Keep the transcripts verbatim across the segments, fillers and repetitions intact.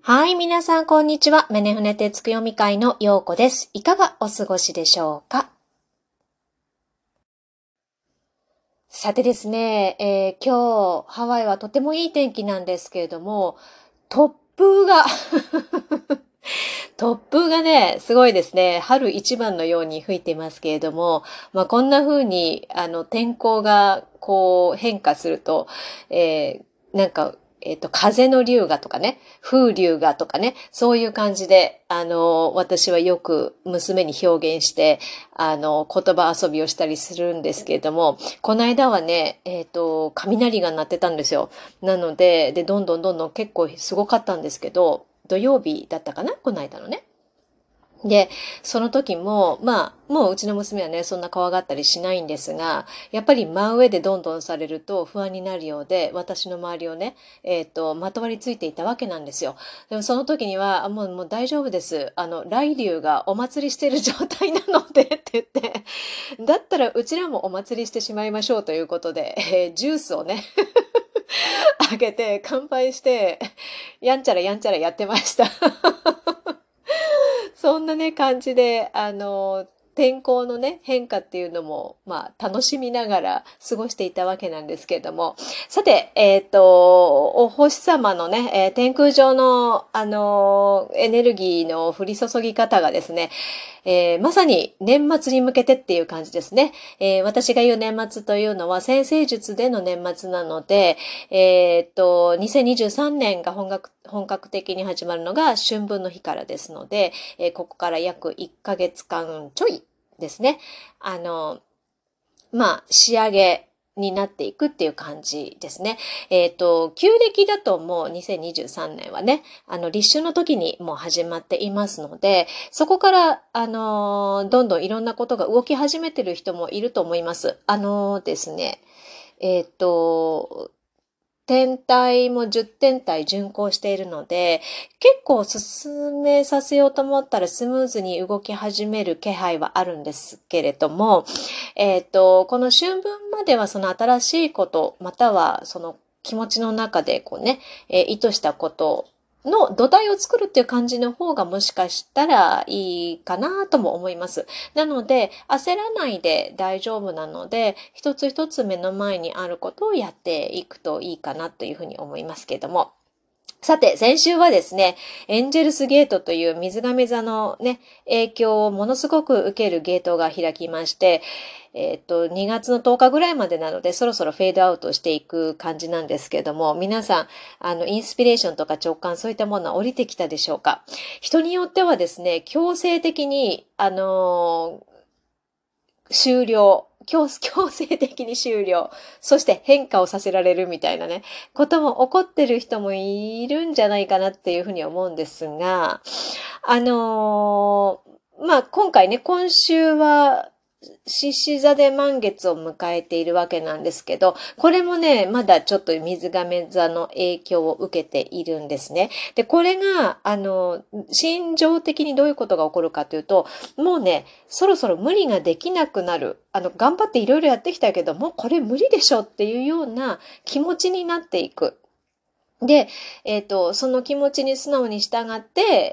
はい、皆さん、こんにちは。メネフネ哲読み会のようこです。いかがお過ごしでしょうか？さてですね、えー今日、ハワイはとてもいい天気なんですけれども、突風が突風がね、すごいですね。春一番のように吹いてますけれども、まあ、こんな風に、あの、天候が、こう、変化すると、えーなんか、えっと、風の龍がとかね、風流がとかね、そういう感じで、あの、私はよく娘に表現して、あの、言葉遊びをしたりするんですけれども、この間はね、えっと、雷が鳴ってたんですよ。なので、で、どんどんどんどん結構すごかったんですけど、土曜日だったかなこの間のね。で、その時も、まあ、もううちの娘はね、そんな怖がったりしないんですが、やっぱり真上でどんどんされると不安になるようで、私の周りをね、えっと、まとわりついていたわけなんですよ。でもその時には、あもう、もう大丈夫です。あの、雷竜がお祭りしている状態なので、って言って、だったらうちらもお祭りしてしまいましょうということで、えージュースをね、あげて乾杯して、やんちゃらやんちゃらやってました。そんなね、感じで、あの、天候のね、変化っていうのも、まあ、楽しみながら過ごしていたわけなんですけれども。さて、えっと、お星様のね、えー天空上の、あの、エネルギーの降り注ぎ方がですね、えーまさに年末に向けてっていう感じですね。えー私が言う年末というのは先生術での年末なので、えーっと、にせんにじゅうさんねんが本格本格的に始まるのが春分の日からですので、えーここから約いっかげつかんちょいですね。あの、まあ、仕上げになっていくっていう感じですね。えっと、旧暦だともうにせんにじゅうさんねんはね、あの、立春の時にもう始まっていますので、そこから、あの、どんどんいろんなことが動き始めてる人もいると思います。あのですね、えっと、天体もじゅってん体巡行しているので、結構進めさせようと思ったらスムーズに動き始める気配はあるんですけれども、えっと、この春分まではその新しいこと、またはその気持ちの中でこうね、えー意図したことの土台を作るっていう感じの方がもしかしたらいいかなとも思います。なので、焦らないで大丈夫なので、一つ一つ目の前にあることをやっていくといいかなというふうに思いますけれども。さて、先週はですね、エンジェルスゲートという水亀座のね、影響をものすごく受けるゲートが開きまして、えっと、にがつのとおかぐらいまでなので、そろそろフェードアウトしていく感じなんですけれども、皆さん、あの、インスピレーションとか直感、そういったものは降りてきたでしょうか？人によってはですね、強制的に、あの終了。強、強制的に終了。そして変化をさせられるみたいなね、ことも起こってる人もいるんじゃないかなっていうふうに思うんですが、あのーまあ、今回ね、今週は、獅子座で満月を迎えているわけなんですけど、これもね、まだちょっと水亀座の影響を受けているんですね。で、これが、あの、心情的にどういうことが起こるかというと、もうね、そろそろ無理ができなくなる。あの、頑張っていろいろやってきたけど、もうこれ無理でしょっていうような気持ちになっていく。で、えっと、その気持ちに素直に従って、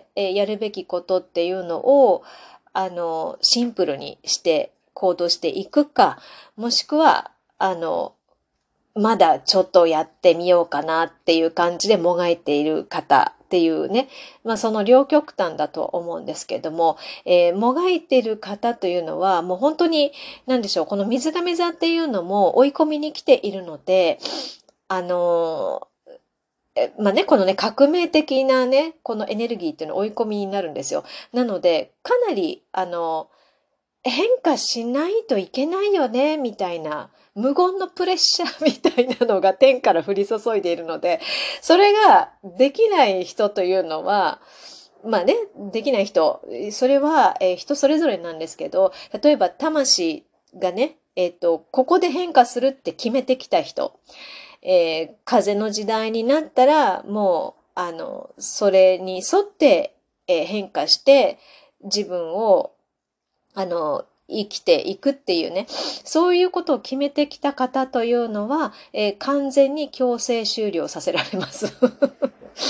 えーやるべきことっていうのを、あの、シンプルにして行動していくか、もしくは、あの、まだちょっとやってみようかなっていう感じでもがいている方っていうね、まあその両極端だと思うんですけども、えーもがいている方というのはもう本当に、なんでしょう、この水亀座っていうのも追い込みに来ているので、あのえまあね、このね、革命的なね、このエネルギーっていうのは追い込みになるんですよ。なので、かなり、あの、変化しないといけないよね、みたいな、無言のプレッシャーみたいなのが天から降り注いでいるので、それができない人というのは、まあね、できない人、それは、えー人それぞれなんですけど、例えば魂がね、えっと、ここで変化するって決めてきた人、えー風の時代になったら、もう、あの、それに沿って、えー変化して、自分をあの、生きていくっていうね、そういうことを決めてきた方というのは、えー完全に強制終了させられます。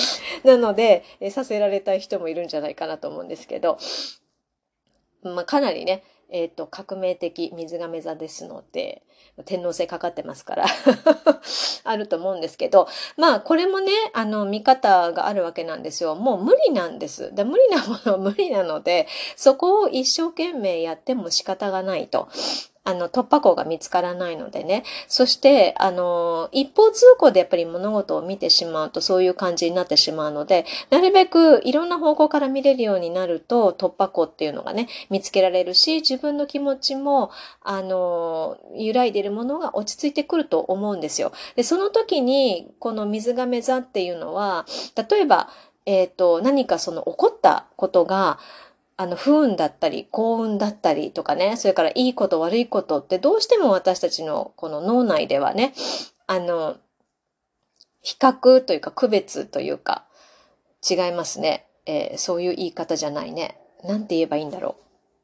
なので、えさせられたい人もいるんじゃないかなと思うんですけど、まあ、かなりね、えっと、革命的水亀座ですので、天皇制かかってますからあると思うんですけど、まあ、これもね、あの、見方があるわけなんですよ。もう無理なんです。で無理なものは無理なので、そこを一生懸命やっても仕方がないと。あの、突破口が見つからないのでね。そして、あの、一方通行でやっぱり物事を見てしまうとそういう感じになってしまうので、なるべくいろんな方向から見れるようになると突破口っていうのがね、見つけられるし、自分の気持ちも、あの、揺らいでいるものが落ち着いてくると思うんですよ。で、その時に、この水亀座っていうのは、例えば、えっと、何かその起こったことが、あの、不運だったり、幸運だったりとかね、それからいいこと悪いことってどうしても私たちのこの脳内ではね、あの、比較というか区別というか違いますね。えーそういう言い方じゃないね。なんて言えばいいんだろう。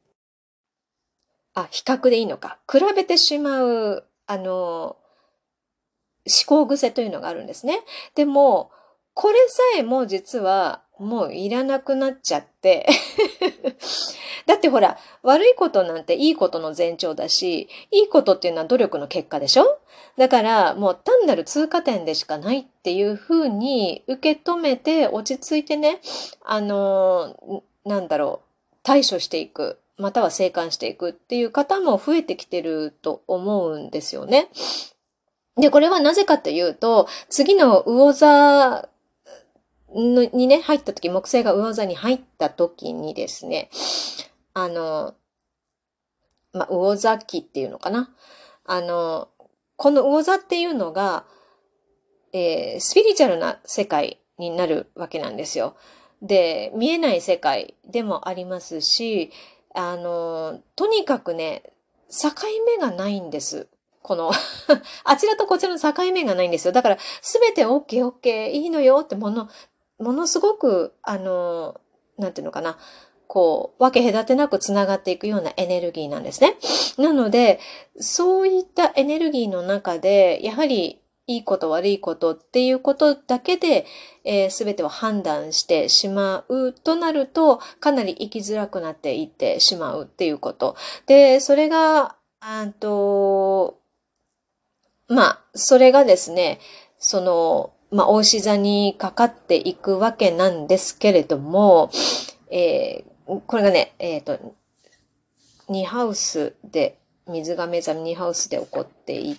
あ、比較でいいのか。比べてしまう、あの、思考癖というのがあるんですね。でも、これさえも実はもういらなくなっちゃってだってほら、悪いことなんていいことの前兆だし、いいことっていうのは努力の結果でしょ。だからもう単なる通過点でしかないっていうふうに受け止めて落ち着いてね、あの、なんだろう、対処していく。または静観していくっていう方も増えてきてると思うんですよね。で、これはなぜかというと、次の魚座のにね、入った時、木星が魚座に入った時にですね、あの、まあ、魚座期っていうのかな。あの、この魚座っていうのが、えースピリチュアルな世界になるわけなんですよ。で、見えない世界でもありますし、あの、とにかくね、境目がないんです。このあちらとこちらの境目がないんですよ。だから、すべて オーケーオーケー、いいのよってもの、ものすごく、あの、なんていうのかな。こう、分け隔てなくつながっていくようなエネルギーなんですね。なので、そういったエネルギーの中で、やはり、いいこと悪いことっていうことだけで、えー、全てを判断してしまうとなると、かなり生きづらくなっていってしまうっていうこと。で、それが、あと、まあ、それがですね、その、まあ、牡牛座にかかっていくわけなんですけれども、えーこれがね、えっと、にハウスで、水亀座にハウスで起こっていって、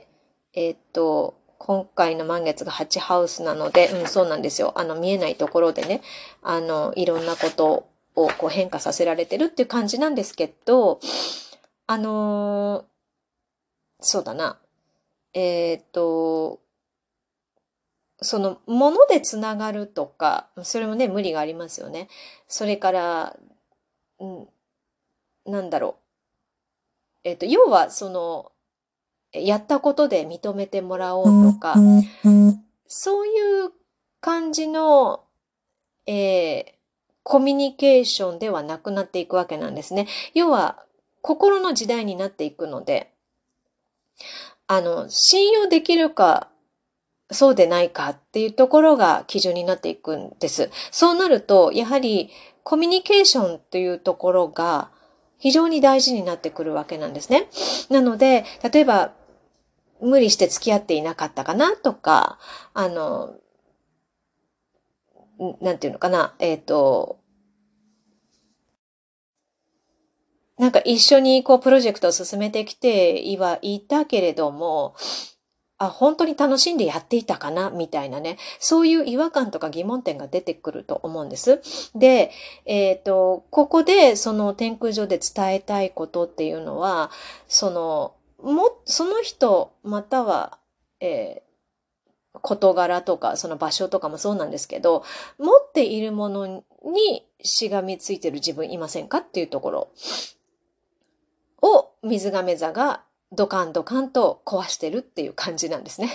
えっと、今回の満月がはちハウスなので、うん、そうなんですよ。あの、見えないところでね、あの、いろんなことをこう変化させられてるっていう感じなんですけど、あのーそうだな。えっと、その、ものでつながるとか、それもね、無理がありますよね。それから、うん、なんだろう。えっと、要は、その、やったことで認めてもらおうとか、そういう感じの、えーコミュニケーションではなくなっていくわけなんですね。要は、心の時代になっていくので、あの、信用できるか、そうでないかっていうところが基準になっていくんです。そうなると、やはりコミュニケーションっていうところが非常に大事になってくるわけなんですね。なので、例えば、無理して付き合っていなかったかなとか、あの、なんていうのかな、えっと、なんか一緒にこうプロジェクトを進めてきてはいたけれども、あ、本当に楽しんでやっていたかなみたいなね。そういう違和感とか疑問点が出てくると思うんです。で、えっと、ここでその天空上で伝えたいことっていうのは、その、も、その人、または、えー事柄とか、その場所とかもそうなんですけど、持っているものにしがみついてる自分いませんかっていうところを水亀座がドカンドカンと壊してるっていう感じなんですね。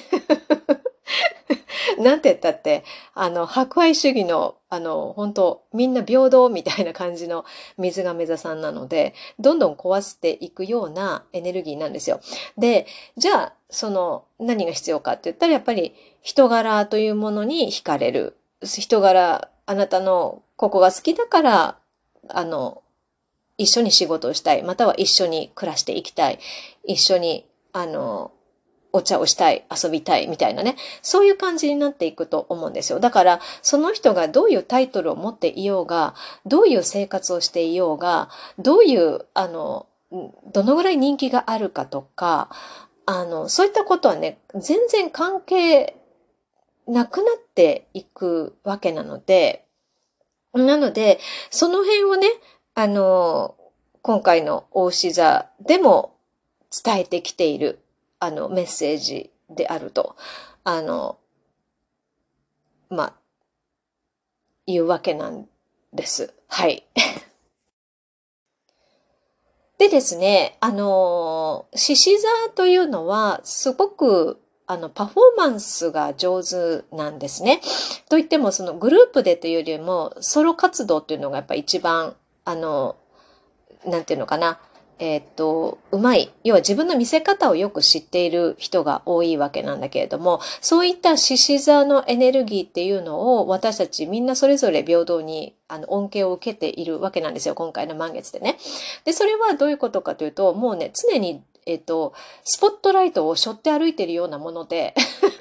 なんて言ったって、あの、博愛主義の、あの、本当みんな平等みたいな感じの水亀座さんなので、どんどん壊していくようなエネルギーなんですよ。で、じゃあ、その、何が必要かって言ったら、やっぱり人柄というものに惹かれる。 人柄、あなたのここが好きだから、あの、一緒に仕事をしたい。または一緒に暮らしていきたい。一緒に、あの、お茶をしたい、遊びたい、みたいなね。そういう感じになっていくと思うんですよ。だから、その人がどういうタイトルを持っていようが、どういう生活をしていようが、どういう、あの、どのぐらい人気があるかとか、あの、そういったことはね、全然関係なくなっていくわけなので、なので、その辺をね、あの、今回の大志座でも伝えてきている、あの、メッセージであると、あの、まあ、いうわけなんです。はい。でですね、あの、獅子座というのは、すごく、あの、パフォーマンスが上手なんですね。といっても、そのグループでというよりも、ソロ活動っていうのがやっぱ一番、あの、なんていうのかな。えーっと、うまい。要は自分の見せ方をよく知っている人が多いわけなんだけれども、そういった獅子座のエネルギーっていうのを私たちみんなそれぞれ平等にあの恩恵を受けているわけなんですよ。今回の満月でね。で、それはどういうことかというと、もうね、常に、えーっと、スポットライトを背負って歩いているようなもので、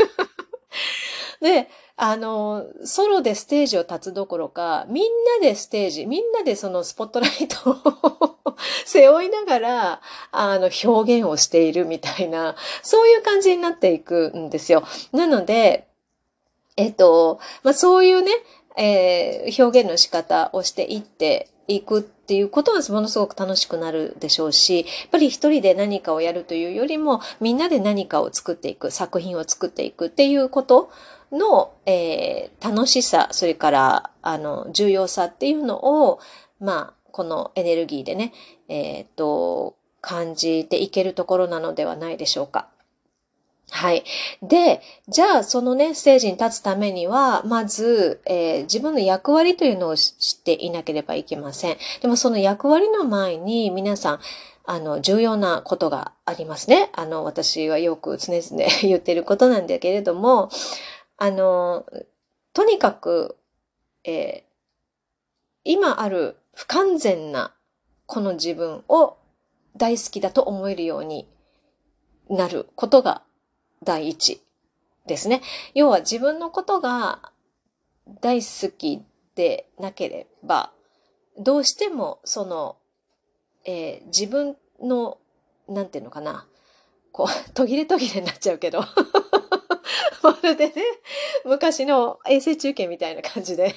で、あの、ソロでステージを立つどころか、みんなでステージ、みんなでそのスポットライトを背負いながら、あの、表現をしているみたいな、そういう感じになっていくんですよ。なので、えっと、まあ、そういうね、えー表現の仕方をしていっていくっていうことはものすごく楽しくなるでしょうし、やっぱり一人で何かをやるというよりも、みんなで何かを作っていく、作品を作っていくっていうことの、えー楽しさ、それから、あの、重要さっていうのを、まあ、このエネルギーでね、えっと、感じていけるところなのではないでしょうか。はい。で、じゃあ、そのね、ステージに立つためには、まず、えー自分の役割というのを知っていなければいけません。でも、その役割の前に、皆さん、あの、重要なことがありますね。あの、私はよく常々言ってることなんだけれども、あの、とにかく、えー今ある不完全なこの自分を大好きだと思えるようになることが第一ですね。要は自分のことが大好きでなければ、どうしてもその、えー自分の、なんていうのかな、こう、途切れ途切れになっちゃうけど、まるでね、昔の衛星中継みたいな感じで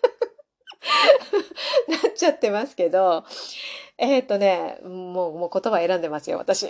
なっちゃってますけど、えっとね、もう、もう言葉選んでますよ、私。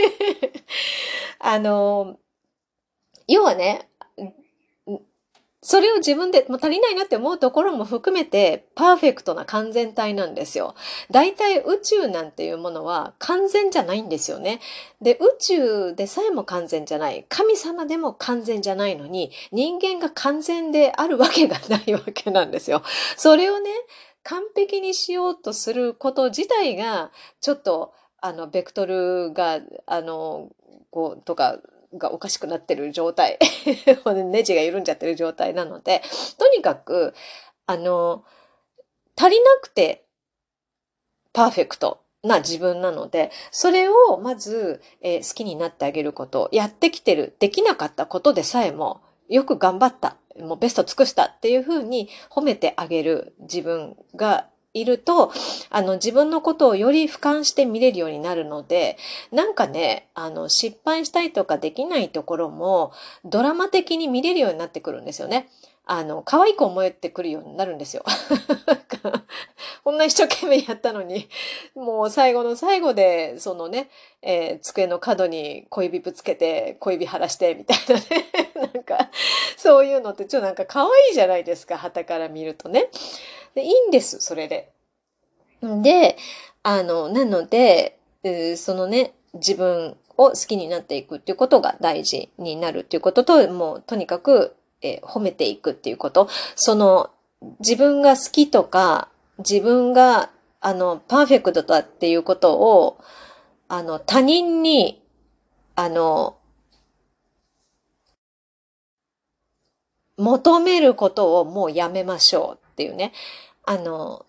あの、要はね、それを自分でもう足りないなって思うところも含めて、パーフェクトな完全体なんですよ。大体宇宙なんていうものは完全じゃないんですよね。で、宇宙でさえも完全じゃない。神様でも完全じゃないのに、人間が完全であるわけがないわけなんですよ。それをね、完璧にしようとすること自体が、ちょっと、あの、ベクトルが、あの、こう、とか、がおかしくなってる状態。ネジが緩んじゃってる状態なので、とにかく、あの、足りなくてパーフェクトな自分なので、それをまず、えー好きになってあげること、やってきてる、できなかったことでさえも、よく頑張った、もうベスト尽くしたっていうふうに褒めてあげる自分がいると、あの、自分のことをより俯瞰して見れるようになるので、なんかね、あの、失敗したりとかできないところも、ドラマ的に見れるようになってくるんですよね。あの、可愛く思えてくるようになるんですよ。なんかこんな一生懸命やったのに、もう最後の最後で、そのね、えー机の角に小指ぶつけて、小指晴らして、みたいなね。なんか、そういうのってちょっとなんか可愛いじゃないですか、傍から見るとね。で、いいんです、それで。で、あの、なので、えーそのね、自分を好きになっていくっていうことが大事になるっていうことと、もうとにかく、えー褒めていくっていうこと。その、自分が好きとか、自分が、あの、パーフェクトだっていうことを、あの、他人に、あの、 求めることをもうやめましょうっていうね。あの、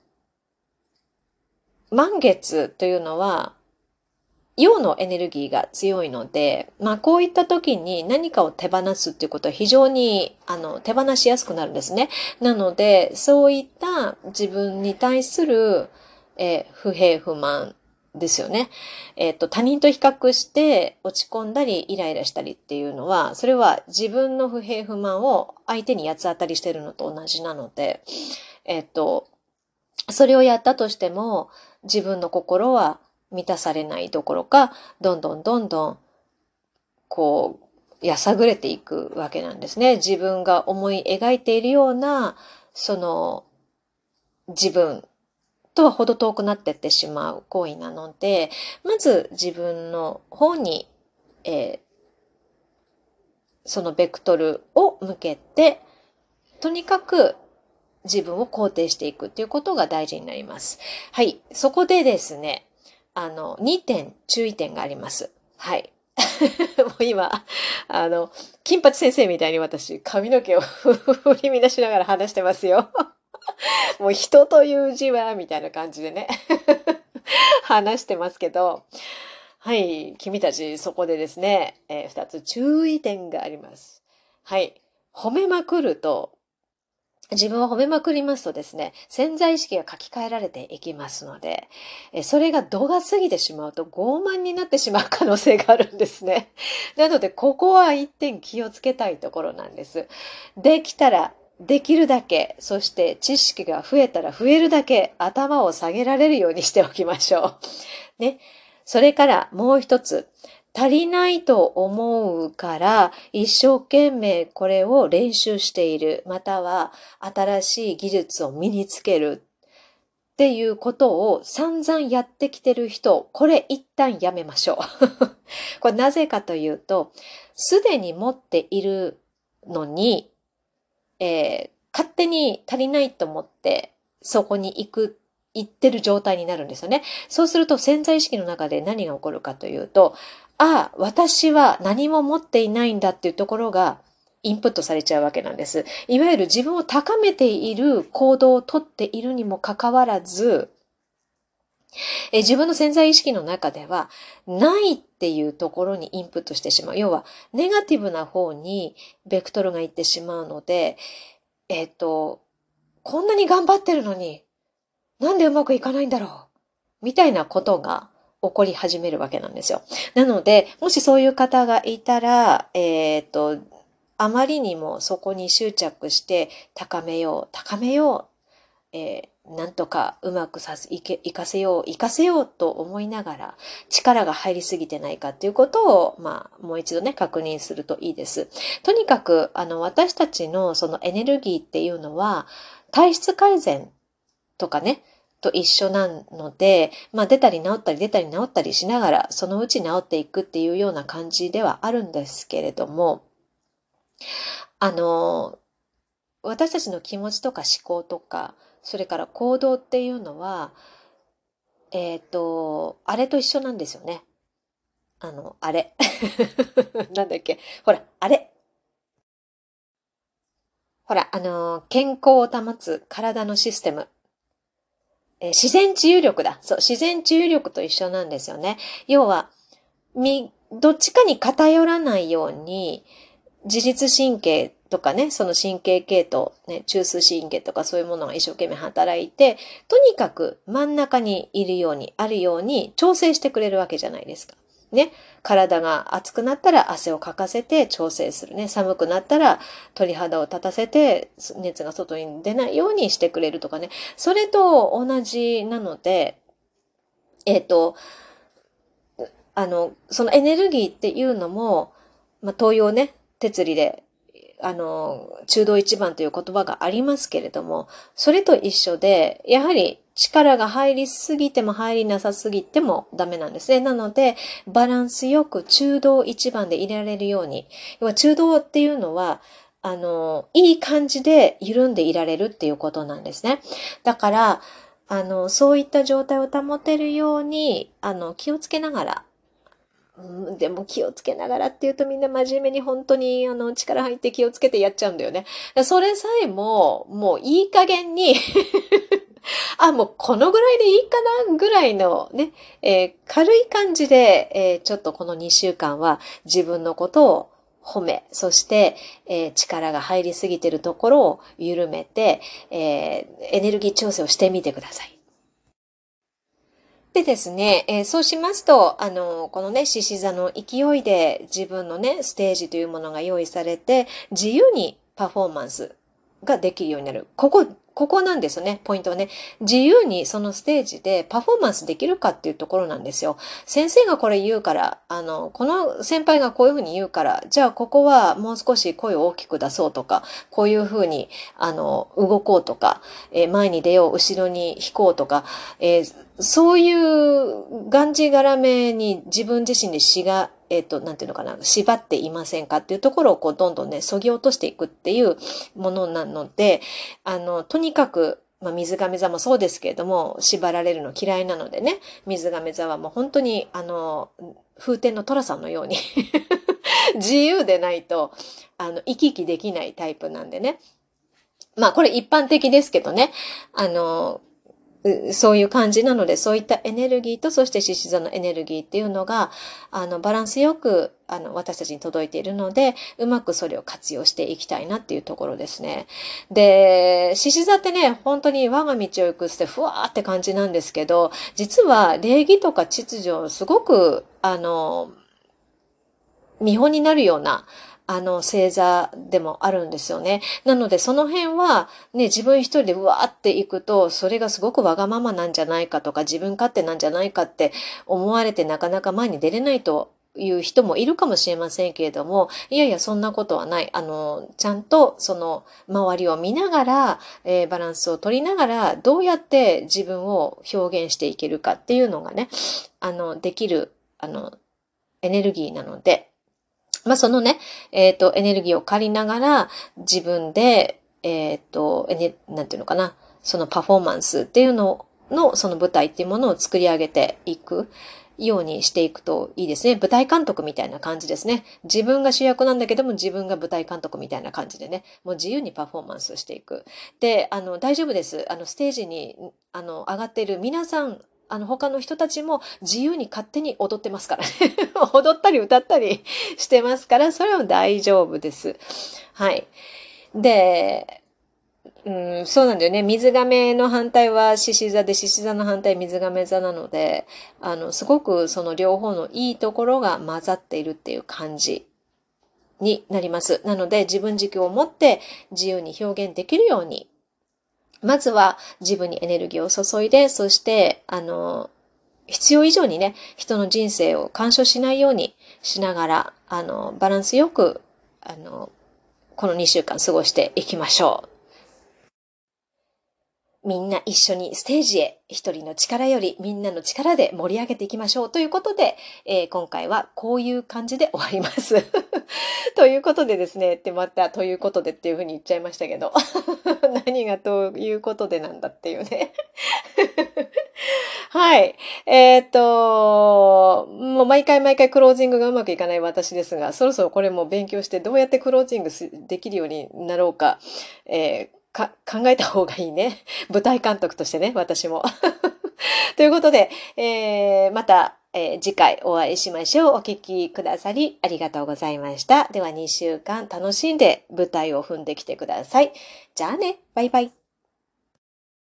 満月というのは、陽のエネルギーが強いので、まあこういった時に何かを手放すっていうことは非常にあの手放しやすくなるんですね。なので、そういった自分に対する、えー不平不満ですよね。えっと、他人と比較して落ち込んだりイライラしたりっていうのは、それは自分の不平不満を相手に八つ当たりしてるのと同じなので、えっと、それをやったとしても、自分の心は満たされないどころか、どんどんどんどん、こう、やさぐれていくわけなんですね。自分が思い描いているような、その、自分とは程遠くなっていってしまう行為なので、まず自分の方に、えーそのベクトルを向けて、とにかく自分を肯定していくっていうことが大事になります。はい。そこでですね、あの、にてん注意点があります。はい。もう今、あの、金八先生みたいに私、髪の毛を振り乱しながら話してますよ。もう人という字は、みたいな感じでね、話してますけど、はい、君たち、そこでですね、えー、二つ注意点があります。はい。褒めまくると、自分を褒めまくりますとですね、潜在意識が書き換えられていきますので、えそれが度が過ぎてしまうと傲慢になってしまう可能性があるんですね。なので、ここは一点気をつけたいところなんです。できたら、できるだけ、そして知識が増えたら増えるだけ頭を下げられるようにしておきましょう。ね。それからもう一つ。足りないと思うから一生懸命これを練習している。または新しい技術を身につけるっていうことを散々やってきてる人、これ一旦やめましょう。これなぜかというと、すでに持っているのに、えー勝手に足りないと思ってそこに行く、行ってる状態になるんですよね。そうすると潜在意識の中で何が起こるかというと、ああ、私は何も持っていないんだっていうところがインプットされちゃうわけなんです。いわゆる自分を高めている行動をとっているにもかかわらず、え自分の潜在意識の中ではないっていうところにインプットしてしまう。要は、ネガティブな方にベクトルがいってしまうので、えっと、こんなに頑張ってるのに、なんでうまくいかないんだろうみたいなことが起こり始めるわけなんですよ。なので、もしそういう方がいたら、えっと、あまりにもそこに執着して高めよう、高めよう、えーなんとかうまくさせ、いけ、いかせよう、いかせようと思いながら力が入りすぎてないかっていうことを、まあ、もう一度ね、確認するといいです。とにかく、あの、私たちのそのエネルギーっていうのは、体質改善とかね、と一緒なので、まあ出たり治ったり出たり治ったりしながら、そのうち治っていくっていうような感じではあるんですけれども、あの、私たちの気持ちとか思考とか、それから行動っていうのは、えっと、あれと一緒なんですよね。あの、あれ。なんだっけ。ほら、あれ。ほら、あの、健康を保つ体のシステム。えー自然治癒力だ。そう、自然治癒力と一緒なんですよね。要は、み、どっちかに偏らないように、自律神経とかね、その神経系統、ね、中枢神経とかそういうものが一生懸命働いて、とにかく真ん中にいるように、あるように調整してくれるわけじゃないですか。ね。体が熱くなったら汗をかかせて調整するね。寒くなったら鳥肌を立たせて熱が外に出ないようにしてくれるとかね。それと同じなので、えっと、あの、そのエネルギーっていうのも、まあ、東洋ね、哲理で、あの、中道一番という言葉がありますけれども、それと一緒で、やはり力が入りすぎても入りなさすぎてもダメなんですね。なので、バランスよく中道一番でいられるように。要は中道っていうのは、あの、いい感じで緩んでいられるっていうことなんですね。だから、あの、そういった状態を保てるように、あの、気をつけながら、 うん、でも気をつけながらっていうとみんな真面目に本当にあの力入って気をつけてやっちゃうんだよね。それさえももういい加減にあ、もうこのぐらいでいいかなぐらいのね、えー軽い感じで、えーちょっとこのにしゅうかんは自分のことを褒め、そして、えー力が入りすぎてるところを緩めて、えーエネルギー調整をしてみてください。でですね、えーそうしますと、あの、このね、獅子座の勢いで自分のね、ステージというものが用意されて、自由にパフォーマンスができるようになる。ここ、ここなんですよね、ポイントはね。自由にそのステージでパフォーマンスできるかっていうところなんですよ。先生がこれ言うから、あの、この先輩がこういうふうに言うから、じゃあここはもう少し声を大きく出そうとか、こういうふうに、あの、動こうとか、えー前に出よう、後ろに引こうとか、えーそういうがんじがらめに自分自身でしが、えっと、なんていうのかな、縛っていませんかっていうところをこう、どんどんね、削ぎ落としていくっていうものなので、あの、とにかく、まあ、水亀座もそうですけれども、縛られるの嫌いなのでね、水亀座はもう本当に、あの、風天の虎さんのように自由でないと、あの、生き生きできないタイプなんでね。まあ、これ一般的ですけどね。あの、うそういう感じなので、そういったエネルギーと、そして獅子座のエネルギーっていうのが、あの、バランスよく、あの、私たちに届いているので、うまくそれを活用していきたいなっていうところですね。で、獅子座ってね、本当に我が道を行くってふわーって感じなんですけど、実は礼儀とか秩序、すごく、あの、見本になるような、あの、星座でもあるんですよね。なので、その辺は、ね、自分一人でうわーっていくと、それがすごくわがままなんじゃないかとか、自分勝手なんじゃないかって思われてなかなか前に出れないという人もいるかもしれませんけれども、いやいや、そんなことはない。あの、ちゃんと、その、周りを見ながら、えーバランスを取りながら、どうやって自分を表現していけるかっていうのがね、あの、できる、あの、エネルギーなので、まあ、そのね、えっと、エネルギーを借りながら、自分で、えっと、エネ、なんていうのかな、そのパフォーマンスっていうのの、その舞台っていうものを作り上げていくようにしていくといいですね。舞台監督みたいな感じですね。自分が主役なんだけども、自分が舞台監督みたいな感じでね、もう自由にパフォーマンスしていく。で、あの、大丈夫です。あの、ステージに、あの、上がっている皆さん、あの、他の人たちも自由に勝手に踊ってますからね。踊ったり歌ったりしてますから、それは大丈夫です。はい。で、うん、そうなんだよね。水亀の反対は獅子座で、獅子座の反対水亀座なので、あの、すごくその両方のいいところが混ざっているっていう感じになります。なので、自分軸を持って自由に表現できるように、まずは自分にエネルギーを注いで、そして、あの、必要以上にね、人の人生を干渉しないようにしながら、あの、バランスよく、あの、このにしゅうかん過ごしていきましょう。みんな一緒にステージへ、一人の力よりみんなの力で盛り上げていきましょう。ということで、えー今回はこういう感じで終わります。ということでですね、ってまた、ということでっていうふうに言っちゃいましたけど、何がということでなんだっていうね。はい。えーっと、もう毎回毎回クロージングがうまくいかない私ですが、そろそろこれも勉強してどうやってクロージングすできるようになろうか、えーか、考えた方がいいね。舞台監督としてね、私も。ということで、えーまた、えー次回お会いしましょう。お聞きくださりありがとうございました。ではにしゅうかん楽しんで舞台を踏んできてください。じゃあね、バイバイ。